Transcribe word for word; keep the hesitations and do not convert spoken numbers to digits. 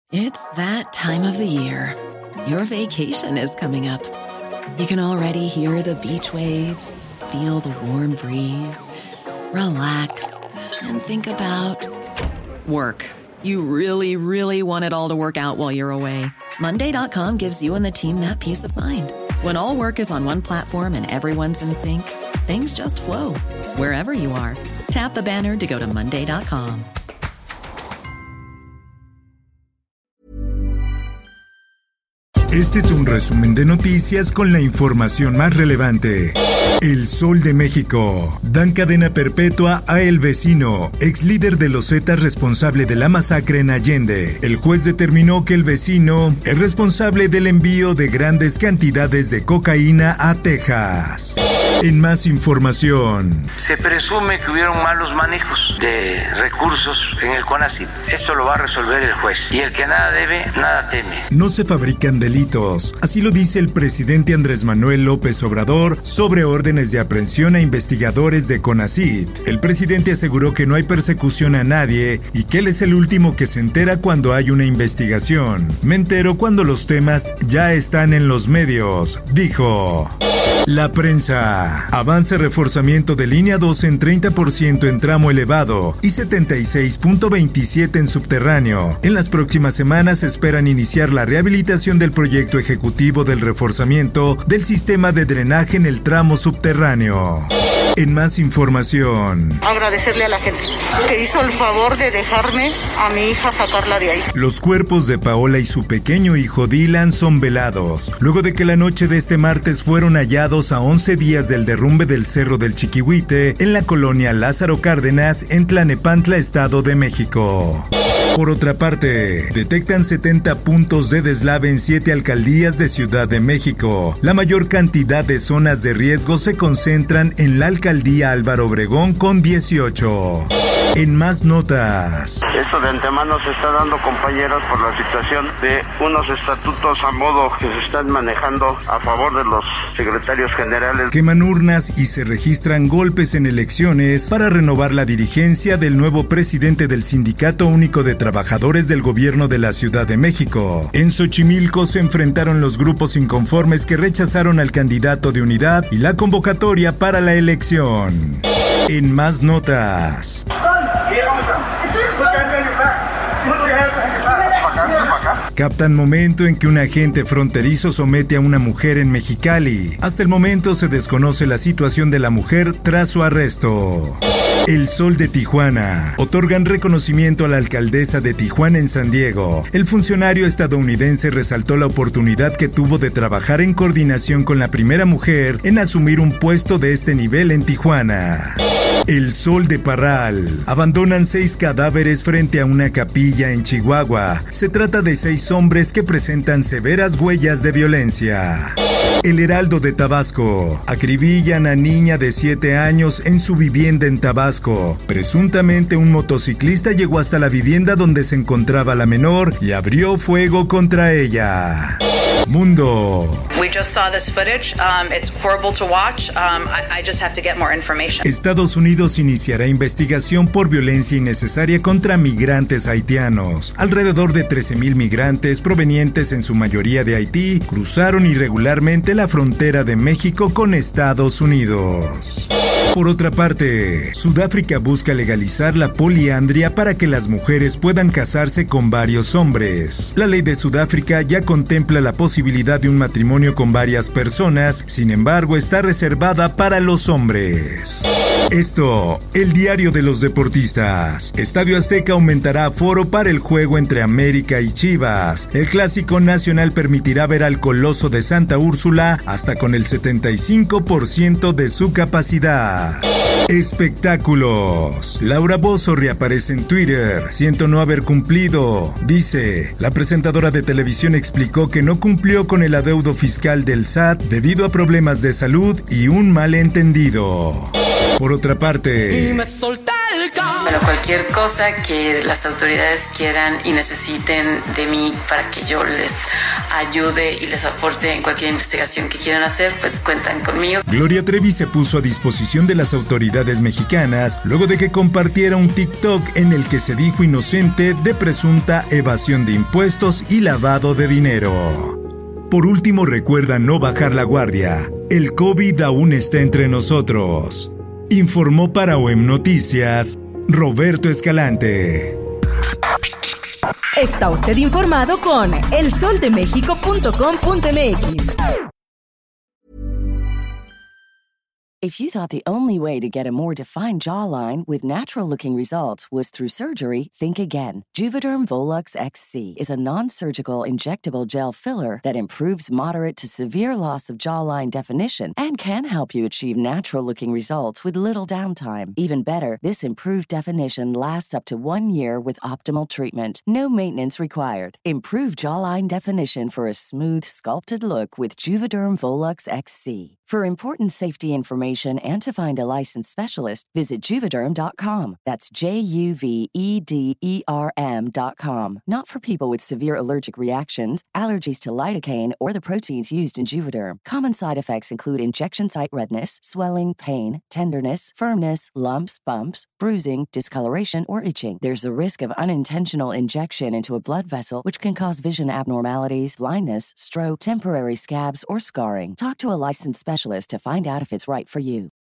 It's that time of the year. Your vacation is coming up. You can already hear the beach waves, feel the warm breeze, relax, and think about work. You really, really want it all to work out while you're away. Monday dot com gives you and the team that peace of mind. When all work is on one platform and everyone's in sync, things just flow. Wherever you are, tap the banner to go to Monday dot com. Este es un resumen de noticias con la información más relevante. El Sol de México. Dan cadena perpetua a El Vecino, ex líder de los Zetas responsable de la masacre en Allende. El juez determinó que El Vecino es responsable del envío de grandes cantidades de cocaína a Texas. En más información. Se presume que hubieron malos manejos de recursos en el CONACYT. Esto lo va a resolver el juez. Y el que nada debe, nada teme. No se fabrican delitos. Así lo dice el presidente Andrés Manuel López Obrador sobre órdenes de aprehensión a investigadores de CONACYT. El presidente aseguró que no hay persecución a nadie y que él es el último que se entera cuando hay una investigación. Me entero cuando los temas ya están en los medios, dijo. La prensa. Avance reforzamiento de línea dos en treinta por ciento en tramo elevado y setenta y seis punto veintisiete en subterráneo. En las próximas semanas esperan iniciar la rehabilitación del proyecto ejecutivo del reforzamiento del sistema de drenaje en el tramo subterráneo. En más información. Agradecerle a la gente que hizo el favor de dejarme a mi hija sacarla de ahí. Los cuerpos de Paola y su pequeño hijo Dylan son velados, luego de que la noche de este martes fueron hallados a once días del derrumbe del Cerro del Chiquihuite en la colonia Lázaro Cárdenas en Tlalnepantla, Estado de México. Por otra parte, detectan setenta puntos de deslave en siete alcaldías de Ciudad de México. La mayor cantidad de zonas de riesgo se concentran en la alcaldía Álvaro Obregón con dieciocho. En más notas. Esto de antemano se está dando, compañeros, por la situación de unos estatutos a modo que se están manejando a favor de los secretarios generales. Queman urnas y se registran golpes en elecciones para renovar la dirigencia del nuevo presidente del Sindicato Único de Trabajadores del Gobierno de la Ciudad de México. En Xochimilco se enfrentaron los grupos inconformes que rechazaron al candidato de Unidad y la convocatoria para la elección. En más notas. Captan momento en que un agente fronterizo somete a una mujer en Mexicali. Hasta el momento se desconoce la situación de la mujer tras su arresto. El Sol de Tijuana. Otorgan reconocimiento a la alcaldesa de Tijuana en San Diego. El funcionario estadounidense resaltó la oportunidad que tuvo de trabajar en coordinación con la primera mujer en asumir un puesto de este nivel en Tijuana. El Sol de Parral. Abandonan seis cadáveres frente a una capilla en Chihuahua. Se trata de seis hombres que presentan severas huellas de violencia. El Heraldo de Tabasco. Acribillan a niña de siete años en su vivienda en Tabasco. Presuntamente un motociclista llegó hasta la vivienda donde se encontraba la menor y abrió fuego contra ella. Mundo. We just saw this footage. Um, it's horrible to watch. Um, I, I just have to get more information. Estados Unidos iniciará investigación por violencia innecesaria contra migrantes haitianos. Alrededor de trece mil migrantes provenientes en su mayoría de Haití cruzaron irregularmente la frontera de México con Estados Unidos. Por otra parte, Sudáfrica busca legalizar la poliandria para que las mujeres puedan casarse con varios hombres. La ley de Sudáfrica ya contempla la posibilidad de un matrimonio con varias personas, sin embargo, está reservada para los hombres. Esto, el diario de los deportistas. Estadio Azteca aumentará aforo para el juego entre América y Chivas. El clásico nacional permitirá ver al Coloso de Santa Úrsula hasta con el setenta y cinco por ciento de su capacidad. Espectáculos. Laura Bozzo reaparece en Twitter. Siento no haber cumplido. Dice, la presentadora de televisión explicó que no cumplió con el adeudo fiscal del S A T debido a problemas de salud y un malentendido. Por otra parte... Bueno, cualquier cosa que las autoridades quieran y necesiten de mí para que yo les ayude y les aporte en cualquier investigación que quieran hacer, pues cuentan conmigo. Gloria Trevi se puso a disposición de las autoridades mexicanas luego de que compartiera un TikTok en el que se dijo inocente de presunta evasión de impuestos y lavado de dinero. Por último, recuerda no bajar la guardia. El COVID aún está entre nosotros. Informó para O E M Noticias Roberto Escalante. Está usted informado con el sol de méxico punto com punto m x. If you thought the only way to get a more defined jawline with natural-looking results was through surgery, think again. Juvederm Volux X C is a non-surgical injectable gel filler that improves moderate to severe loss of jawline definition and can help you achieve natural-looking results with little downtime. Even better, this improved definition lasts up to one year with optimal treatment. No maintenance required. Improve jawline definition for a smooth, sculpted look with Juvederm Volux X C. For important safety information and to find a licensed specialist, visit Juvederm dot com. That's J U V E D E R M dot com. Not for people with severe allergic reactions, allergies to lidocaine, or the proteins used in Juvederm. Common side effects include injection site redness, swelling, pain, tenderness, firmness, lumps, bumps, bruising, discoloration, or itching. There's a risk of unintentional injection into a blood vessel, which can cause vision abnormalities, blindness, stroke, temporary scabs, or scarring. Talk to a licensed specialist to find out if it's right for you.